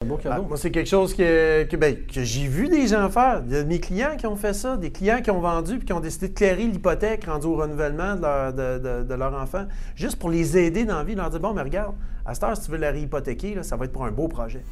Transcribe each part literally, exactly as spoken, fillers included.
beau cadeau. Ah, moi, c'est quelque chose que, que, ben, que j'ai vu des gens faire. Il y a mes clients qui ont fait ça, des clients qui ont vendu puis qui ont décidé de clairer l'hypothèque rendue au renouvellement de leur, de, de, de leur enfant, juste pour les aider dans la vie, leur dire, bon, mais regarde, à cette heure, si tu veux la réhypothéquer, là, ça va être pour un beau projet.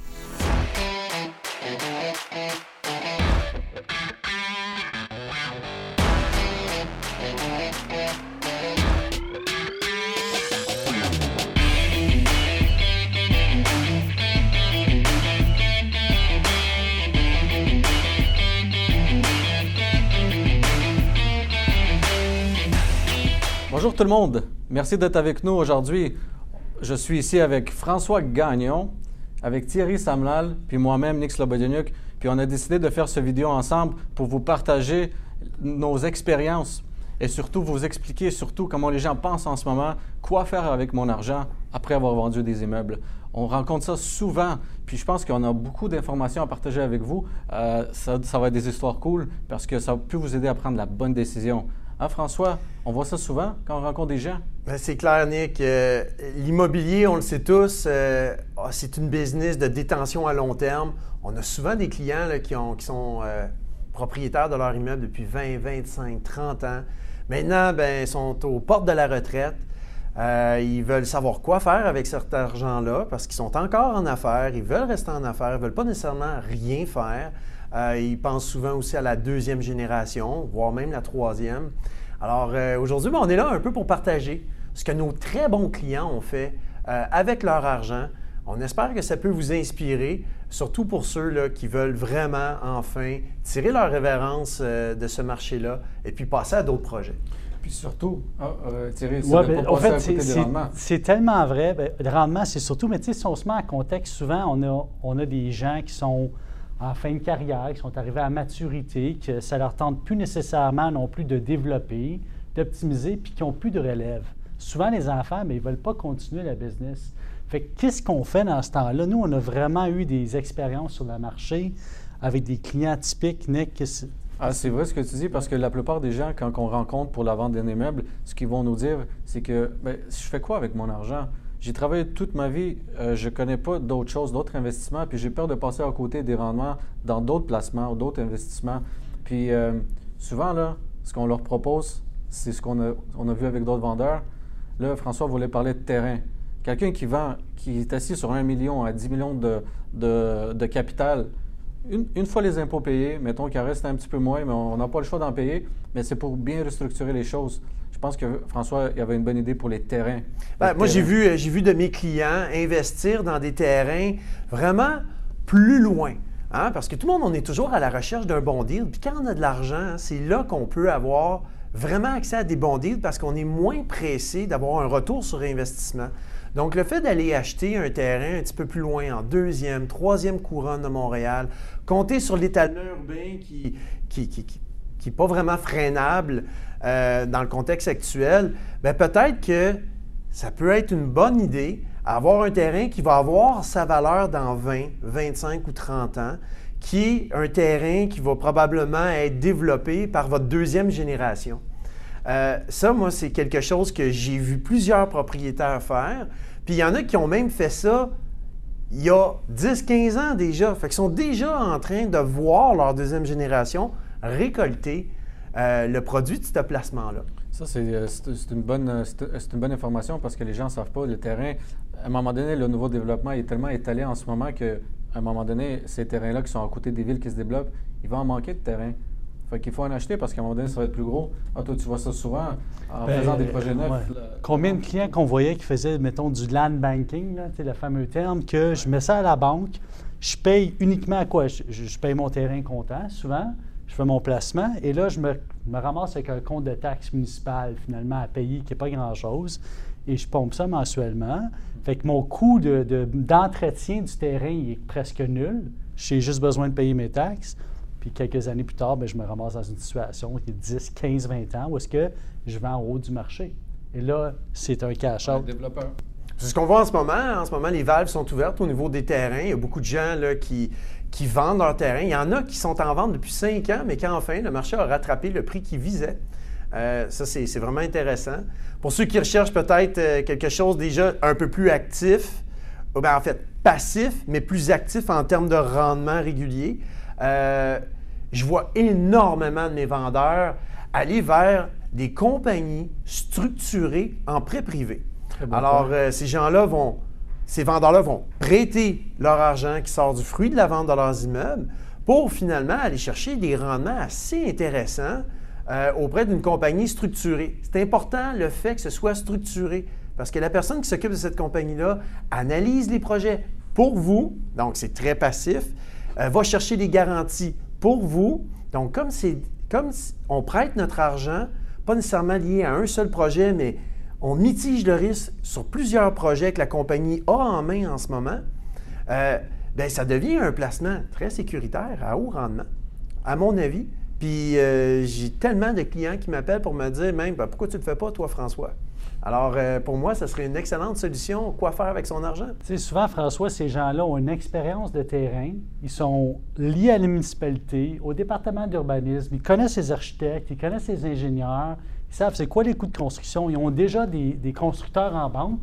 Bonjour tout le monde, merci d'être avec nous aujourd'hui. Je suis ici avec François Gagnon, avec Thierry Samlal, puis moi-même, Nick Slobodieniuk. Puis on a décidé de faire cette vidéo ensemble pour vous partager nos expériences et surtout vous expliquer surtout comment les gens pensent en ce moment, quoi faire avec mon argent après avoir vendu des immeubles. On rencontre ça souvent, puis je pense qu'on a beaucoup d'informations à partager avec vous. Euh, ça, ça va être des histoires cool parce que ça peut vous aider à prendre la bonne décision. Hein, François, on voit ça souvent quand on rencontre des gens? Bien, c'est clair, Nick. Euh, l'immobilier, on le sait tous, euh, oh, c'est une business de détention à long terme. On a souvent des clients là, qui, ont, qui sont euh, propriétaires de leur immeuble depuis vingt, vingt-cinq, trente ans. Maintenant, bien, ils sont aux portes de la retraite. Euh, ils veulent savoir quoi faire avec cet argent-là parce qu'ils sont encore en affaires, ils veulent rester en affaires, ils ne veulent pas nécessairement rien faire. Euh, ils pensent souvent aussi à la deuxième génération, voire même la troisième. Alors euh, aujourd'hui, bien, on est là un peu pour partager ce que nos très bons clients ont fait euh, avec leur argent. On espère que ça peut vous inspirer, surtout pour ceux là, qui veulent vraiment enfin tirer leur révérence euh, de ce marché-là et puis passer à d'autres projets. Puis surtout, oh, euh, Thierry, c'est ouais, de ben, pas en passer fait, à côté c'est, des rendements. c'est, c'est tellement vrai. Ben, le rendement, c'est surtout, mais tu sais, si on se met en contexte, souvent, on a, on a des gens qui sont en fin de carrière, qui sont arrivés à maturité, que ça ne leur tente plus nécessairement non plus de développer, d'optimiser, puis qui n'ont plus de relève. Souvent, les enfants, mais ils ne veulent pas continuer la business. Fait que qu'est-ce qu'on fait dans ce temps-là? Nous, on a vraiment eu des expériences sur le marché avec des clients typiques, Nick. Ah, c'est vrai ce que tu dis, parce que la plupart des gens, quand on rencontre pour la vente d'un immeuble, ce qu'ils vont nous dire, c'est que bien, je fais quoi avec mon argent? J'ai travaillé toute ma vie, euh, je ne connais pas d'autres choses, d'autres investissements, puis j'ai peur de passer à côté des rendements dans d'autres placements ou d'autres investissements. Puis euh, souvent, là, ce qu'on leur propose, c'est ce qu'on a, on a vu avec d'autres vendeurs. Là, François voulait parler de terrain. Quelqu'un qui vend, qui est assis sur un million à dix millions de, de, de capital, une, une fois les impôts payés, mettons qu'il reste un petit peu moins, mais on n'a pas le choix d'en payer, mais c'est pour bien restructurer les choses. Je pense que François il avait une bonne idée pour les terrains. Ben, les moi, terrains. j'ai vu, j'ai vu de mes clients investir dans des terrains vraiment plus loin. Hein? Parce que tout le monde, on est toujours à la recherche d'un bon deal. Puis quand on a de l'argent, hein, c'est là qu'on peut avoir vraiment accès à des bons deals parce qu'on est moins pressé d'avoir un retour sur investissement. Donc, le fait d'aller acheter un terrain un petit peu plus loin, en deuxième, troisième couronne de Montréal, compter sur l'étalement urbain qui qui, qui, qui, qui n'est pas vraiment freinable euh, dans le contexte actuel, bien, peut-être que ça peut être une bonne idée avoir un terrain qui va avoir sa valeur dans vingt, vingt-cinq ou trente ans, qui est un terrain qui va probablement être développé par votre deuxième génération. Euh, ça, moi, c'est quelque chose que j'ai vu plusieurs propriétaires faire. Puis il y en a qui ont même fait ça il y a dix quinze ans déjà. Fait qu'ils sont déjà en train de voir leur deuxième génération récolter euh, le produit de ce placement-là. Ça, c'est, c'est, c'est, une bonne, c'est, c'est une bonne information parce que les gens ne savent pas. Le terrain, à un moment donné, le nouveau développement est tellement étalé en ce moment qu'à un moment donné, ces terrains-là qui sont à côté des villes qui se développent, il va en manquer de terrain. Fait qu'il faut en acheter parce qu'à un moment donné, ça va être plus gros. Ah, toi, tu vois ça souvent en ben, faisant des projets neufs. Ouais. Là, combien de clients qu'on voyait qui faisaient, mettons, du land banking, là, le fameux terme, que je mets ça à la banque, je paye uniquement à quoi? Je, je paye mon terrain comptant, souvent, je fais mon placement, et là, je me, me ramasse avec un compte de taxes municipales, finalement, à payer, qui n'est pas grand-chose, et je pompe ça mensuellement. Fait que mon coût de, de, d'entretien du terrain, il est presque nul. J'ai juste besoin de payer mes taxes. Puis quelques années plus tard, bien, je me ramasse dans une situation qui est dix, quinze, vingt ans où est-ce que je vends en haut du marché. Et là, c'est un cash-out. développeur. C'est ce qu'on voit en ce moment. En ce moment, les valves sont ouvertes au niveau des terrains. Il y a beaucoup de gens là, qui, qui vendent leurs terrains. Il y en a qui sont en vente depuis cinq ans, mais qu'enfin, le marché a rattrapé le prix qu'ils visaient. Euh, ça, c'est, c'est vraiment intéressant. Pour ceux qui recherchent peut-être euh, quelque chose déjà un peu plus actif, ben, en fait, passif, mais plus actif en termes de rendement régulier. Euh, je vois énormément de mes vendeurs aller vers des compagnies structurées en prêt privé. Bon Alors, euh, ces gens-là vont, ces vendeurs-là vont prêter leur argent qui sort du fruit de la vente de leurs immeubles pour finalement aller chercher des rendements assez intéressants euh, auprès d'une compagnie structurée. C'est important le fait que ce soit structuré parce que la personne qui s'occupe de cette compagnie-là analyse les projets pour vous, donc c'est très passif, euh, va chercher des garanties pour vous. Donc, comme, c'est, comme on prête notre argent, pas nécessairement lié à un seul projet, mais on mitige le risque sur plusieurs projets que la compagnie a en main en ce moment, euh, bien, ça devient un placement très sécuritaire, à haut rendement, à mon avis. Puis, euh, j'ai tellement de clients qui m'appellent pour me dire même ben, « Pourquoi tu ne le fais pas, toi, François? » Alors, euh, pour moi, ça serait une excellente solution. Quoi faire avec son argent? Tu sais, souvent, François, ces gens-là ont une expérience de terrain. Ils sont liés à la municipalité, au département d'urbanisme. Ils connaissent les architectes, ils connaissent les ingénieurs. Ils savent c'est quoi les coûts de construction. Ils ont déjà des, des constructeurs en banque.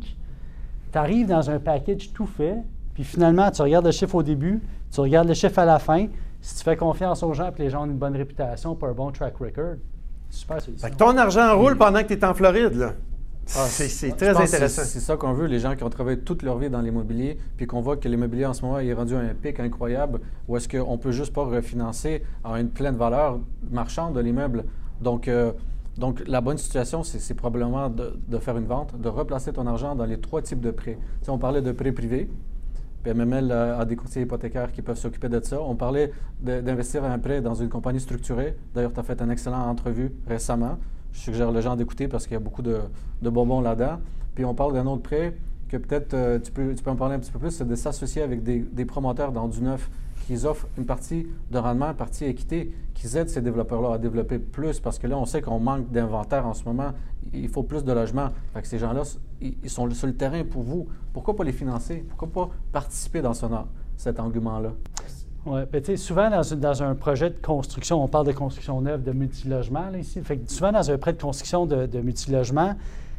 Tu arrives dans un package tout fait, puis finalement, tu regardes le chiffre au début, tu regardes le chiffre à la fin. Si tu fais confiance aux gens et que les gens ont une bonne réputation pour un bon track record, super solution. Fait que ton argent roule pendant que tu es en Floride, là. Ah, c'est, c'est je très pense que intéressant. C'est, c'est ça qu'on veut, les gens qui ont travaillé toute leur vie dans l'immobilier, puis qu'on voit que l'immobilier en ce moment est rendu à un pic incroyable, où est-ce qu'on ne peut juste pas refinancer à une pleine valeur marchande de l'immeuble. Donc, euh, donc la bonne situation, c'est, c'est probablement de, de faire une vente, de replacer ton argent dans les trois types de prêts. Tu sais, on parlait de prêts privés, puis M M L a des courtiers hypothécaires qui peuvent s'occuper de ça. On parlait de, d'investir un prêt dans une compagnie structurée. D'ailleurs, tu as fait une excellente entrevue récemment. Je suggère aux gens d'écouter parce qu'il y a beaucoup de, de bonbons là-dedans. Puis on parle d'un autre prêt que peut-être euh, tu, peux, tu peux en parler un petit peu plus, c'est de s'associer avec des, des promoteurs dans du neuf qui offrent une partie de rendement, une partie équité, qui aident ces développeurs-là à développer plus parce que là, on sait qu'on manque d'inventaire en ce moment. Il faut plus de logements. Fait que ces gens-là, ils, ils sont sur le terrain pour vous. Pourquoi pas les financer? Pourquoi pas participer dans ce, cet engouement-là? Oui, bien, tu sais, souvent dans, dans un projet de construction, on parle de construction neuve, de multilogement là, ici. Fait que souvent dans un projet de construction de, de multilogement,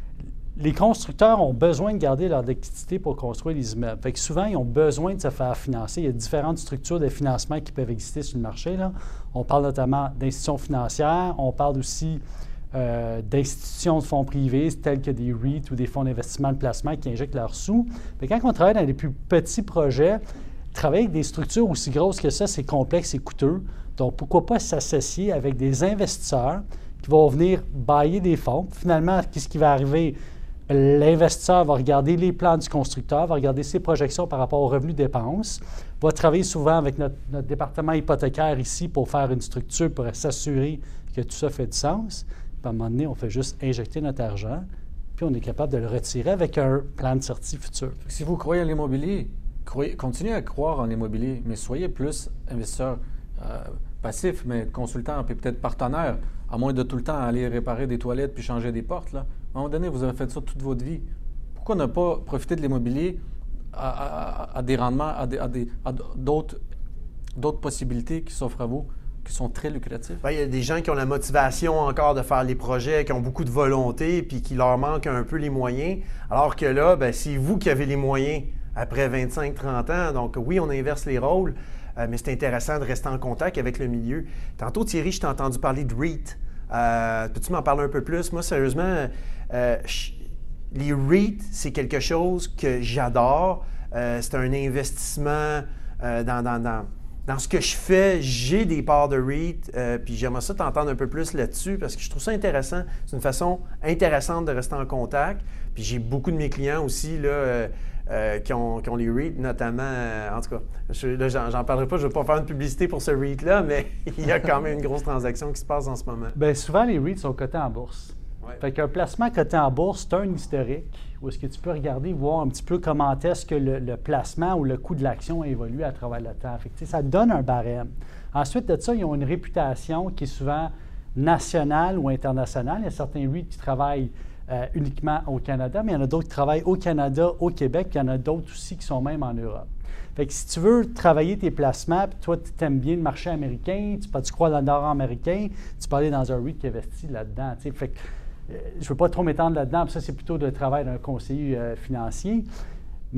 les constructeurs ont besoin de garder leur liquidité pour construire les immeubles. Fait que souvent, ils ont besoin de se faire financer. Il y a différentes structures de financement qui peuvent exister sur le marché, là. On parle notamment d'institutions financières, on parle aussi euh, d'institutions de fonds privés telles que des R E I T ou des fonds d'investissement de placement qui injectent leurs sous. Mais quand on travaille dans les plus petits projets, travailler avec des structures aussi grosses que ça, c'est complexe et coûteux. Donc, pourquoi pas s'associer avec des investisseurs qui vont venir bailler des fonds. Finalement, qu'est-ce qui va arriver? L'investisseur va regarder les plans du constructeur, va regarder ses projections par rapport aux revenus dépenses, va travailler souvent avec notre, notre département hypothécaire ici pour faire une structure pour s'assurer que tout ça fait du sens. Puis à un moment donné, on fait juste injecter notre argent, puis on est capable de le retirer avec un plan de sortie futur. Si vous croyez à l'immobilier, croyez, continuez à croire en l'immobilier, mais soyez plus investisseur euh, passif, mais consultant, puis peut-être partenaire, à moins de tout le temps aller réparer des toilettes puis changer des portes. Là. À un moment donné, vous avez fait ça toute votre vie. Pourquoi ne pas profiter de l'immobilier à, à, à des rendements, à, des, à, des, à d'autres, d'autres possibilités qui s'offrent à vous, qui sont très lucratifs? Bien, il y a des gens qui ont la motivation encore de faire les projets, qui ont beaucoup de volonté, puis qui leur manquent un peu les moyens. Alors que là, bien, c'est vous qui avez les moyens après vingt-cinq trente ans. Donc oui, on inverse les rôles, euh, mais c'est intéressant de rester en contact avec le milieu. Tantôt, Thierry, je t'ai entendu parler de R E I T. Euh, peux-tu m'en parler un peu plus? Moi, sérieusement, euh, je, les R E I T, c'est quelque chose que j'adore. Euh, c'est un investissement euh, dans, dans, dans, dans ce que je fais. J'ai des parts de R E I T, euh, puis j'aimerais ça t'entendre un peu plus là-dessus parce que je trouve ça intéressant. C'est une façon intéressante de rester en contact. Puis j'ai beaucoup de mes clients aussi là, euh, euh, qui, ont, qui ont les R E I T, notamment, euh, en tout cas, je, là, j'en, j'en parlerai pas, je ne vais pas faire une publicité pour ce R E I T-là, mais il y a quand même une grosse transaction qui se passe en ce moment. Bien, souvent, les R E I T sont cotés en bourse. Ouais. Fait qu'un placement coté en bourse, c'est un historique où est-ce que tu peux regarder, voir un petit peu comment est-ce que le, le placement ou le coût de l'action a évolué à travers le temps. Fait que, ça donne un barème. Ensuite de ça, ils ont une réputation qui est souvent nationale ou internationale. Il y a certains R E I T qui travaillent euh, uniquement au Canada, mais il y en a d'autres qui travaillent au Canada, au Québec, puis il y en a d'autres aussi qui sont même en Europe. Fait que si tu veux travailler tes placements, puis toi, tu aimes bien le marché américain, tu, tu crois dans le nord-américain, tu peux aller dans un R E I T qui investit là-dedans. T'sais. Fait que, euh, je ne veux pas trop m'étendre là-dedans, puis ça, c'est plutôt le travail d'un conseiller euh, financier. Mais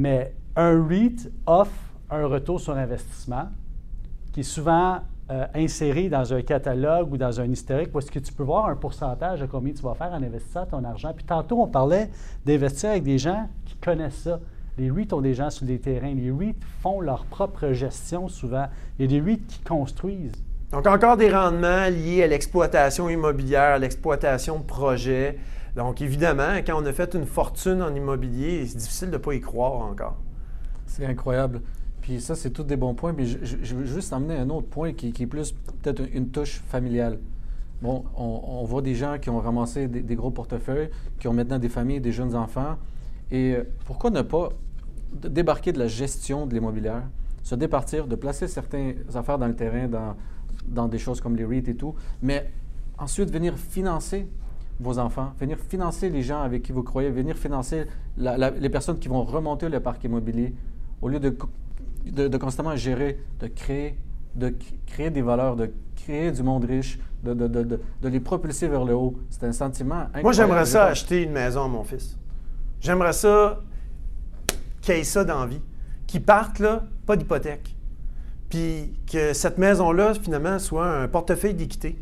un REIT offre un retour sur investissement qui est souvent euh, inséré dans un catalogue ou dans un historique où est-ce que tu peux voir un pourcentage de combien tu vas faire en investissant ton argent. Puis tantôt, on parlait d'investir avec des gens qui connaissent ça. Les REIT ont des gens sur les terrains. Les REIT font leur propre gestion souvent. Il y a des REIT qui construisent. Donc, encore des rendements liés à l'exploitation immobilière, à l'exploitation de projets. Donc, évidemment, quand on a fait une fortune en immobilier, c'est difficile de ne pas y croire encore. C'est incroyable. Puis ça, c'est tous des bons points. Mais je, je, je veux juste emmener un autre point qui, qui est plus peut-être une touche familiale. Bon, on, on voit des gens qui ont ramassé des, des gros portefeuilles, qui ont maintenant des familles, des jeunes enfants. Et pourquoi ne pas débarquer de la gestion de l'immobilière, se départir, de placer certaines affaires dans le terrain, dans, dans des choses comme les REIT et tout, mais ensuite venir financer vos enfants, venir financer les gens avec qui vous croyez, venir financer la, la, les personnes qui vont remonter le parc immobilier, au lieu de, de, de constamment gérer, de créer, de créer des valeurs, de créer du monde riche, de, de, de, de, de les propulser vers le haut. C'est un sentiment incroyable. Moi, j'aimerais ça acheter une maison à mon fils. J'aimerais ça qu'il ait ça dans la vie. Qu'il parte, là, pas d'hypothèque. Puis que cette maison-là, finalement, soit un portefeuille d'équité.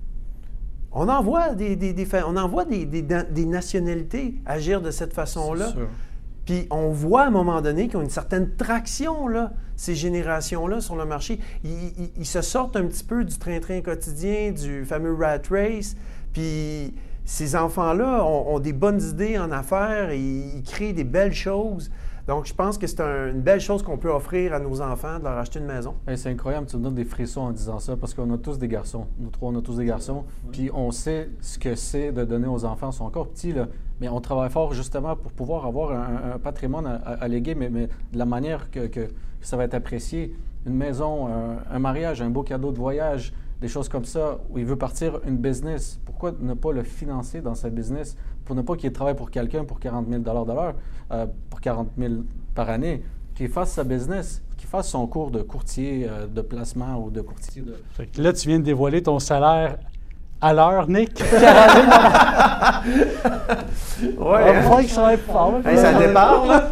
On en voit des, des, des, on en voit des, des, des nationalités agir de cette façon-là. Puis on voit à un moment donné qu'ils ont une certaine traction, là, ces générations-là, sur le marché. Ils, ils, ils se sortent un petit peu du train-train quotidien, du fameux rat race. Puis ces enfants-là ont, ont des bonnes idées en affaires et ils créent des belles choses. Donc, je pense que c'est un, une belle chose qu'on peut offrir à nos enfants, de leur acheter une maison. Hey, c'est incroyable, tu me donnes des frissons en disant ça, parce qu'on a tous des garçons. Nous trois, on a tous des garçons. Puis on sait ce que c'est de donner aux enfants. Ils sont encore petits, là. Mais on travaille fort justement pour pouvoir avoir un, un patrimoine à, à léguer, mais, mais de la manière que, que, que ça va être apprécié. Une maison, un, un mariage, un beau cadeau de voyage, des choses comme ça, où il veut partir une business. Pourquoi ne pas le financer dans sa business? Pour ne pas qu'il travaille pour quelqu'un pour quarante mille dollars de l'heure, euh, pour quarante mille par année, qu'il fasse sa business, qu'il fasse son cours de courtier euh, de placement ou de courtier de... Fait que là, tu viens de dévoiler ton salaire à l'heure, Nick. Ouais, il faut qu'il travaille fort. Hey, ça départ, là.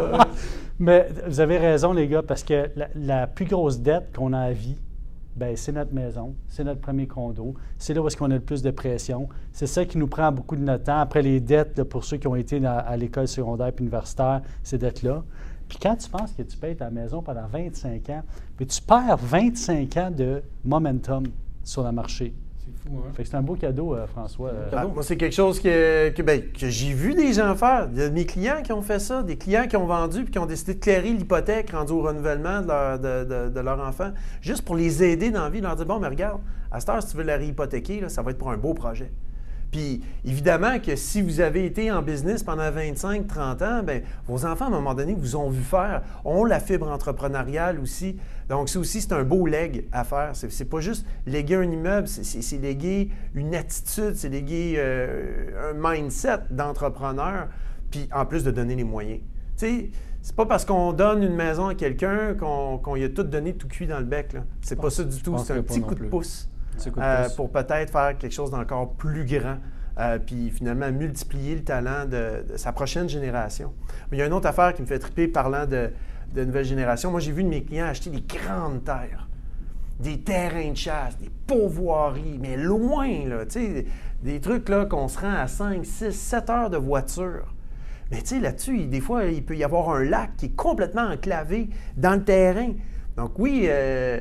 Mais vous avez raison, les gars, parce que la, la plus grosse dette qu'on a à vie, ben, c'est notre maison, c'est notre premier condo, c'est là où est-ce qu'on a le plus de pression. C'est ça qui nous prend beaucoup de notre temps. Après les dettes, là, pour ceux qui ont été dans, à l'école secondaire et universitaire, ces dettes-là. Puis quand tu penses que tu payes ta maison pendant vingt-cinq ans, puis tu perds vingt-cinq ans de momentum sur le marché. C'est fou, hein? Fait que c'est un beau cadeau, euh, François. Euh, Ah, moi, c'est quelque chose que, que, ben, que j'ai vu des gens faire. Il y a mes clients qui ont fait ça, des clients qui ont vendu puis qui ont décidé de clairer l'hypothèque rendue au renouvellement de leur, de, de, de leur enfant, juste pour les aider dans la vie, leur dire, bon, mais regarde, à cette heure, si tu veux la réhypothéquer, là, ça va être pour un beau projet. Puis, évidemment que si vous avez été en business pendant vingt-cinq trente ans, bien, vos enfants, à un moment donné, vous ont vu faire, ont la fibre entrepreneuriale aussi. Donc, ça aussi, c'est un beau leg à faire. C'est, c'est pas juste léguer un immeuble, c'est, c'est, c'est léguer une attitude, c'est léguer euh, un mindset d'entrepreneur, puis en plus de donner les moyens. Tu sais, c'est pas parce qu'on donne une maison à quelqu'un qu'on, qu'on y a tout donné tout cuit dans le bec, là. C'est pas ça du tout, c'est un petit coup de pouce. Euh, pour peut-être faire quelque chose d'encore plus grand, euh, puis finalement multiplier le talent de, de sa prochaine génération. Mais il y a une autre affaire qui me fait triper parlant de, de nouvelle génération. Moi, j'ai vu de mes clients acheter des grandes terres, des terrains de chasse, des pourvoiries, mais loin, là, tu sais, des trucs là qu'on se rend à cinq, six, sept heures de voiture. Mais tu sais, là-dessus, il, des fois, il peut y avoir un lac qui est complètement enclavé dans le terrain. Donc oui, euh,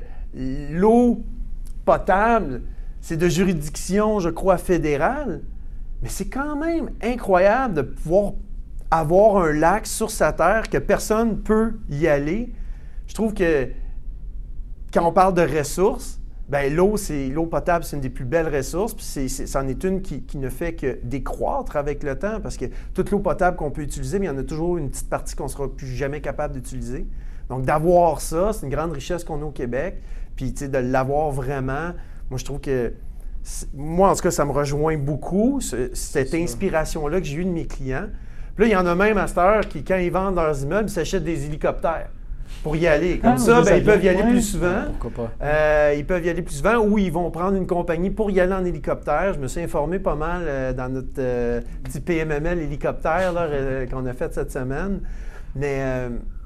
l'eau potable, c'est de juridiction, je crois, fédérale, mais c'est quand même incroyable de pouvoir avoir un lac sur sa terre que personne ne peut y aller. Je trouve que quand on parle de ressources, bien, l'eau, c'est, l'eau potable, c'est une des plus belles ressources, puis c'est, c'est, c'en est une qui, qui ne fait que décroître avec le temps, parce que toute l'eau potable qu'on peut utiliser, mais il y en a toujours une petite partie qu'on ne sera plus jamais capable d'utiliser. Donc, d'avoir ça, c'est une grande richesse qu'on a au Québec. Puis, tu sais, de l'avoir vraiment, moi, je trouve que, moi, en tout cas, ça me rejoint beaucoup, ce, cette inspiration-là que j'ai eue de mes clients. Puis là, il y en a même à cette heure qui, quand ils vendent leurs immeubles, ils s'achètent des hélicoptères pour y aller. Comme ah, ça, ben, ils peuvent y aller ouais. plus souvent. Pourquoi pas? Euh, ils peuvent y aller plus souvent ou ils vont prendre une compagnie pour y aller en hélicoptère. Je me suis informé pas mal euh, dans notre euh, petit P M M L hélicoptère là, euh, qu'on a fait cette semaine. Mais... Euh,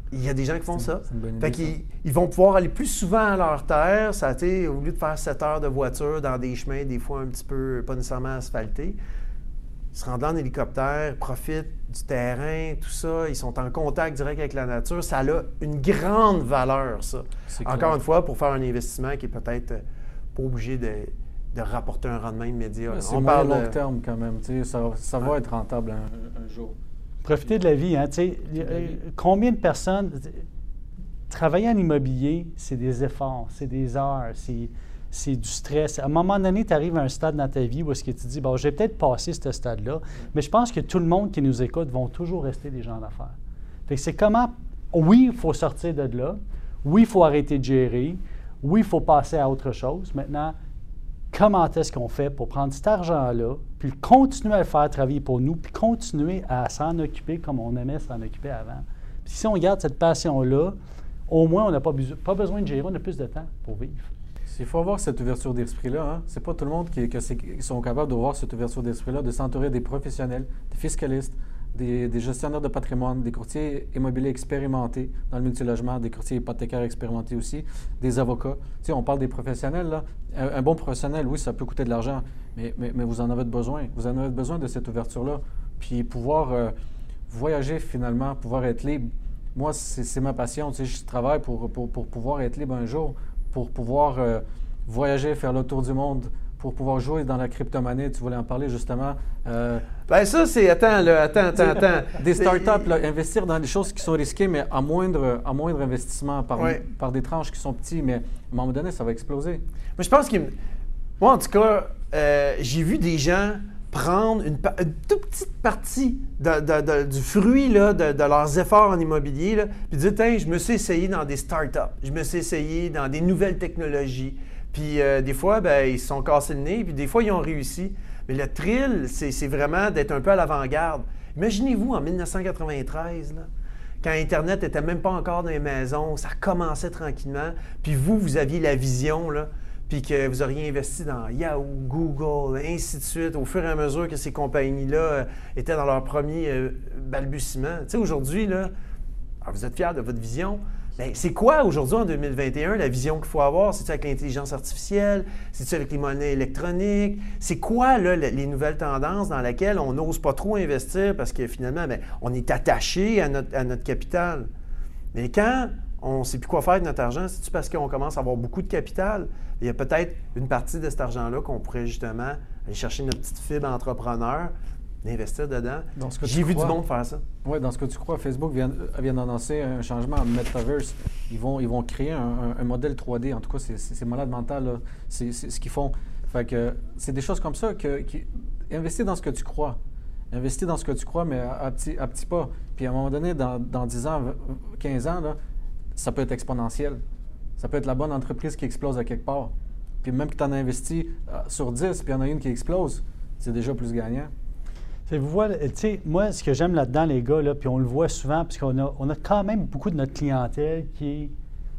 Il y a des gens qui font ça. C'est une bonne idée, Fait qu'ils ils vont pouvoir aller plus souvent à leur terre, ça, tu sais, au lieu de faire sept heures de voiture dans des chemins, des fois un petit peu pas nécessairement asphaltés. Ils se rendent là en hélicoptère, profitent du terrain, tout ça. Ils sont en contact direct avec la nature. Ça a une grande valeur, ça. C'est Encore clair. une fois, pour faire un investissement qui est peut-être euh, pas obligé de, de rapporter un rendement immédiat. Ouais, là. c'est On moyen parle long de... terme quand même. tu sais, Ça, ça va Ouais. être rentable un, un jour. Profiter de la vie, hein, tu sais. euh, Combien de personnes... Travailler en immobilier, c'est des efforts, c'est des heures, c'est, c'est du stress. À un moment donné, tu arrives à un stade dans ta vie où est-ce que tu dis, bon, j'ai peut-être passé ce stade-là, mais je pense que tout le monde qui nous écoute vont toujours rester des gens d'affaires. Fait que c'est comment... Oui, il faut sortir de là. Oui, il faut arrêter de gérer. Oui, il faut passer à autre chose. Maintenant, comment est-ce qu'on fait pour prendre cet argent-là, puis continuer à le faire travailler pour nous, puis continuer à s'en occuper comme on aimait s'en occuper avant. Puis si on garde cette passion-là, au moins, on n'a pas, beso- pas besoin de gérer, on a plus de temps pour vivre. Il faut avoir cette ouverture d'esprit-là. Hein? C'est pas tout le monde qui, que c'est- qui sont capables d'avoir cette ouverture d'esprit-là, de s'entourer des professionnels, des fiscalistes, des, des gestionnaires de patrimoine, des courtiers immobiliers expérimentés dans le multilogement, des courtiers hypothécaires expérimentés aussi, des avocats. Tu sais, on parle des professionnels, là. Un, un bon professionnel, oui, ça peut coûter de l'argent, mais, mais, mais vous en avez besoin. Vous en avez besoin de cette ouverture-là. Puis pouvoir euh, voyager finalement, pouvoir être libre. Moi, c'est c'est ma passion. Tu sais, je travaille pour, pour, pour pouvoir être libre un jour, pour pouvoir euh, voyager, faire le tour du monde, pour pouvoir jouer dans la crypto-monnaie. Tu voulais en parler justement. Euh, Ben ça, c'est... Attends, là, attends, attends, attends. des startups, là, investir dans des choses qui sont risquées, mais à moindre, à moindre investissement, par, Ouais. par des tranches qui sont petites, mais à un moment donné, ça va exploser. Moi, je pense que... Moi, en tout cas, euh, j'ai vu des gens prendre une, pa- une toute petite partie de- de- de- du fruit là, de, de leurs efforts en immobilier, là, puis dire, tiens, je me suis essayé dans des startups, je me suis essayé dans des nouvelles technologies. Puis euh, des fois, ben, ils se sont cassés le nez, puis des fois, ils ont réussi. Mais le thrill, c'est c'est vraiment d'être un peu à l'avant-garde. Imaginez-vous en dix-neuf cent quatre-vingt-treize, là, quand Internet n'était même pas encore dans les maisons, ça commençait tranquillement, puis vous, vous aviez la vision, là, puis que vous auriez investi dans Yahoo, Google, ainsi de suite, au fur et à mesure que ces compagnies-là euh, étaient dans leur premier euh, balbutiement. Tu sais, aujourd'hui, là, alors vous êtes fiers de votre vision. Bien, c'est quoi aujourd'hui, en deux mille vingt et un, la vision qu'il faut avoir? C'est-tu avec l'intelligence artificielle? C'est-tu avec les monnaies électroniques? C'est quoi, là, le- les nouvelles tendances dans lesquelles on n'ose pas trop investir parce que finalement, bien, on est attaché à notre, à notre capital? Mais quand on ne sait plus quoi faire avec notre argent, c'est-tu parce qu'on commence à avoir beaucoup de capital? Il y a peut-être une partie de cet argent-là qu'on pourrait justement aller chercher notre petite fibre entrepreneur, d'investir dedans. Dans ce que tu J'ai vu crois. du monde faire ça. Oui, dans ce que tu crois, Facebook vient, vient d'annoncer un changement en Metaverse. Ils vont, ils vont créer un, un- un modèle trois D. En tout cas, c'est- c'est c'est malade mental, là. C'est c'est ce qu'ils font. Fait que c'est des choses comme ça que, qui, investir dans ce que tu crois. Investir dans ce que tu crois, mais à, à petits à petits pas. Puis à un moment donné, dans, dans dix ans, quinze ans, là, ça peut être exponentiel. Ça peut être la bonne entreprise qui explose à quelque part. Puis même que tu en as investi euh, sur dix, puis il y en a une qui explose, c'est déjà plus gagnant. Tu sais, vous voyez, tu sais, moi, ce que j'aime là-dedans, les gars, là, puis on le voit souvent, parce qu'on a, on a quand même beaucoup de notre clientèle qui est,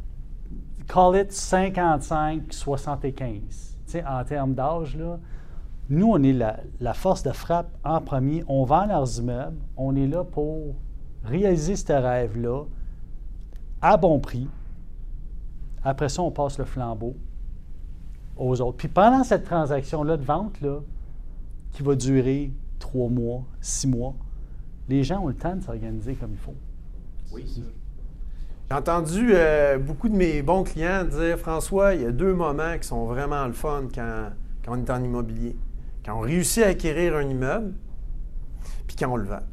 call it cinquante-cinq soixante-quinze, tu sais, en termes d'âge, là. Nous, on est la, la force de frappe en premier. On vend leurs immeubles. On est là pour réaliser ce rêve-là à bon prix. Après ça, on passe le flambeau aux autres. Puis pendant cette transaction-là de vente, là, qui va durer trois mois, six mois, les gens ont le temps de s'organiser comme il faut. Oui. J'ai entendu euh, beaucoup de mes bons clients dire, François, il y a deux moments qui sont vraiment le fun quand, quand on est en immobilier. Quand on réussit à acquérir un immeuble, puis quand on le vend.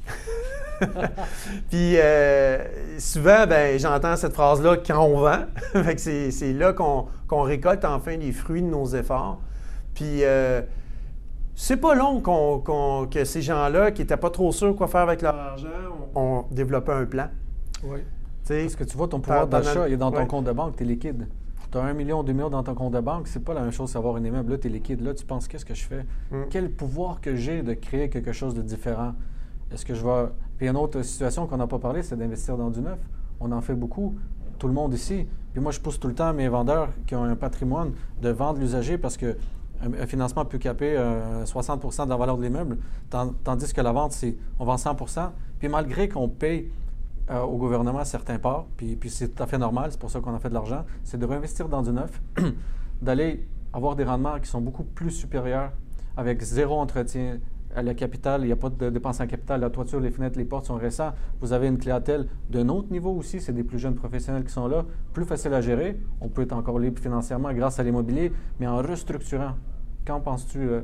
Puis euh, souvent, ben, j'entends cette phrase-là quand on vend. Fait que c'est, c'est là qu'on, qu'on récolte enfin les fruits de nos efforts. Puis euh, c'est pas long qu'on, qu'on- que ces gens-là qui n'étaient pas trop sûrs quoi faire avec leur argent ont, ont développé un plan. Oui. Tu sais, Parce que tu vois, ton pouvoir Pendant- d'achat, il est dans ton ouais. compte de banque, tu es liquide. Tu as un million, deux millions dans ton compte de banque, c'est pas la même chose qu'avoir un immeuble. Là, tu es liquide. Là, tu penses, qu'est-ce que je fais? Mm. Quel pouvoir que j'ai de créer quelque chose de différent? Est-ce que je vais... Puis une autre situation qu'on n'a pas parlé, c'est d'investir dans du neuf. On en fait beaucoup, tout le monde ici. Puis moi, je pousse tout le temps mes vendeurs qui ont un patrimoine de vendre l'usager parce que un, un financement peut caper euh, soixante pour cent de la valeur de l'immeuble, tan- tandis que la vente, c'est on vend cent pour cent. Puis malgré qu'on paye euh, au gouvernement à certains parts, puis, puis c'est tout à fait normal, c'est pour ça qu'on a fait de l'argent, c'est de réinvestir dans du neuf, d'aller avoir des rendements qui sont beaucoup plus supérieurs, avec zéro entretien. Le capital, il n'y a pas de dépenses en capital, la toiture, les fenêtres, les portes sont récents. Vous avez une clientèle d'un autre niveau aussi, c'est des plus jeunes professionnels qui sont là, plus facile à gérer. On peut être encore libre financièrement grâce à l'immobilier, mais en restructurant. Qu'en penses-tu? Euh,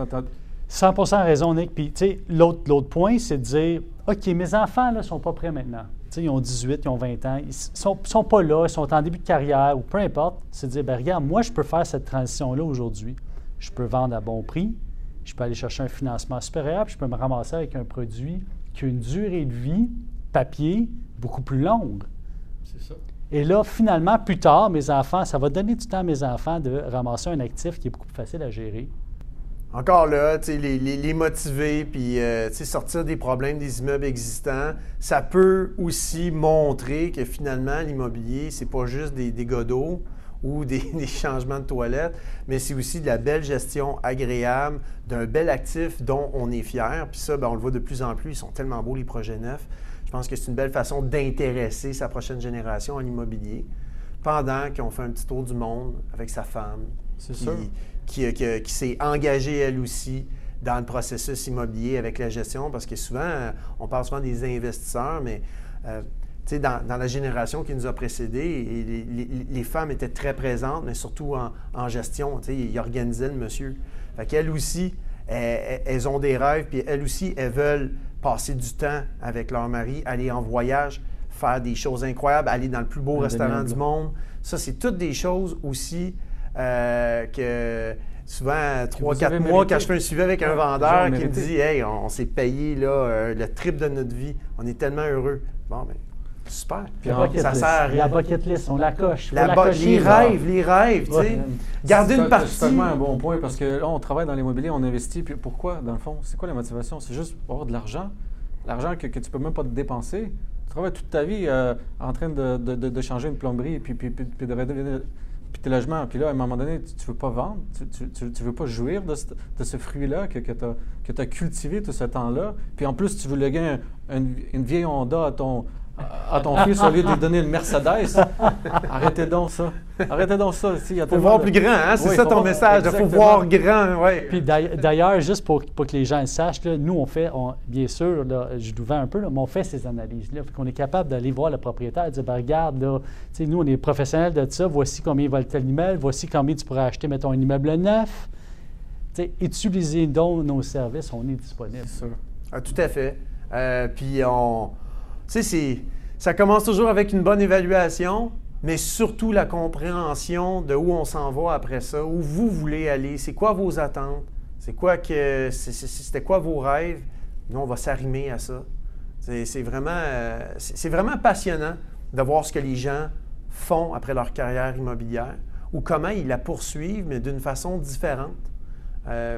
cent pour cent raison, Nick. Puis, tu sais, l'autre, l'autre point, c'est de dire, OK, mes enfants, là, sont pas prêts maintenant. Tu sais, ils ont dix-huit, ils ont vingt ans, ils sont, sont pas là, ils sont en début de carrière ou peu importe. C'est de dire, bien, regarde, moi, je peux faire cette transition-là aujourd'hui. Je peux vendre à bon prix. Je peux aller chercher un financement supérieur, puis je peux me ramasser avec un produit qui a une durée de vie, papier, beaucoup plus longue. C'est ça. Et là, finalement, plus tard, mes enfants, ça va donner du temps à mes enfants de ramasser un actif qui est beaucoup plus facile à gérer. Encore là, tu sais, les, les, les motiver, puis euh, tu sais, sortir des problèmes des immeubles existants, ça peut aussi montrer que finalement, l'immobilier, c'est pas juste des, des godots ou des, des changements de toilettes, mais c'est aussi de la belle gestion agréable, d'un bel actif dont on est fier. Puis ça, bien, on le voit de plus en plus, ils sont tellement beaux les projets neufs. Je pense que c'est une belle façon d'intéresser sa prochaine génération à l'immobilier, pendant qu'on fait un petit tour du monde avec sa femme, c'est qui, sûr. qui, qui, qui s'est engagée elle aussi dans le processus immobilier avec la gestion, parce que souvent, on parle souvent des investisseurs, mais euh, tu sais, dans, dans la génération qui nous a précédés, les, les, les femmes étaient très présentes, mais surtout en, en gestion. Tu sais, ils organisaient le monsieur. Fait qu'elles aussi, elles, elles ont des rêves, puis elles aussi, elles veulent passer du temps avec leur mari, aller en voyage, faire des choses incroyables, aller dans le plus beau restaurant du monde. Ça, c'est toutes des choses aussi euh, que souvent, trois, quatre mois, quand je fais un suivi avec un vendeur qui me dit « Hey, on, on s'est payé là, euh, le triple de notre vie, on est tellement heureux. » Bon, bien, super. Puis ça sert à rien. La bucket list, on la coche. La la bo- les rêves, les rêves, tu sais. Ouais. Garder une partie. C'est tellement un bon point parce que là, on travaille dans l'immobilier, on investit. Puis pourquoi, dans le fond? C'est quoi la motivation? C'est juste pour avoir de l'argent. L'argent que, que tu ne peux même pas te dépenser. Tu travailles toute ta vie euh, en train de, de, de, de changer une plomberie puis, puis, puis, puis de rénover puis tes logements. Puis là, à un moment donné, tu ne veux pas vendre, tu ne veux pas jouir de ce, de ce fruit-là que, que tu as cultivé tout ce temps-là. Puis en plus, tu veux léguer un, une, une vieille Honda à ton, à ton fils au lieu de lui donner une Mercedes. Arrêtez donc ça. Arrêtez donc ça. Il faut voir de... plus grand, hein? C'est oui, ça ton voir... message. Il faut voir grand, oui. Puis d'ailleurs, juste pour, pour que les gens le sachent, là, nous, on fait, on, bien sûr, là, je nous vends un peu, là, mais on fait ces analyses-là. On est capable d'aller voir le propriétaire et dire, ben, regarde, là, nous, on est professionnels de ça, voici combien va tel immeuble, voici combien tu pourrais acheter, mettons, un immeuble neuf. T'sais, utilisez donc nos services, on est disponible. C'est sûr. Ah, tout à fait. Euh, puis on... Tu sais, ça commence toujours avec une bonne évaluation, mais surtout la compréhension de où on s'en va après ça, où vous voulez aller, c'est quoi vos attentes, c'est quoi que c'était quoi vos rêves. Nous, on va s'arrimer à ça. C'est vraiment, euh, c'est vraiment passionnant de voir ce que les gens font après leur carrière immobilière ou comment ils la poursuivent, mais d'une façon différente. Euh,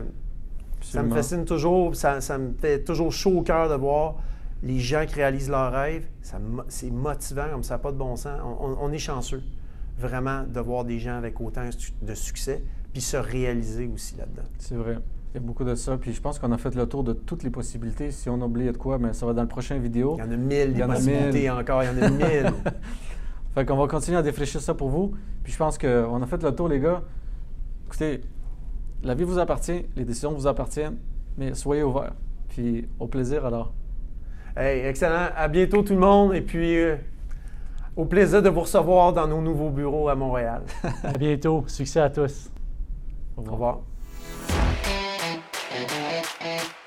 ça me fascine toujours, ça, ça me fait toujours chaud au cœur de voir les gens qui réalisent leurs rêves. C'est motivant comme ça, pas de bon sens. On, on, on est chanceux, vraiment, de voir des gens avec autant de succès, puis se réaliser aussi là-dedans. C'est vrai. Il y a beaucoup de ça. Puis je pense qu'on a fait le tour de toutes les possibilités. Si on a oublié de quoi, mais ça va dans le prochain vidéo. Il y en a mille, des possibilités encore. Il y en a mille. Fait qu'on va continuer à défricher ça pour vous. Puis je pense qu'on a fait le tour, les gars. Écoutez, la vie vous appartient, les décisions vous appartiennent, mais soyez ouverts. Puis au plaisir alors. Hey, excellent. À bientôt tout le monde. Et puis, euh, au plaisir de vous recevoir dans nos nouveaux bureaux à Montréal. À bientôt. Succès à tous. Au revoir. Au revoir.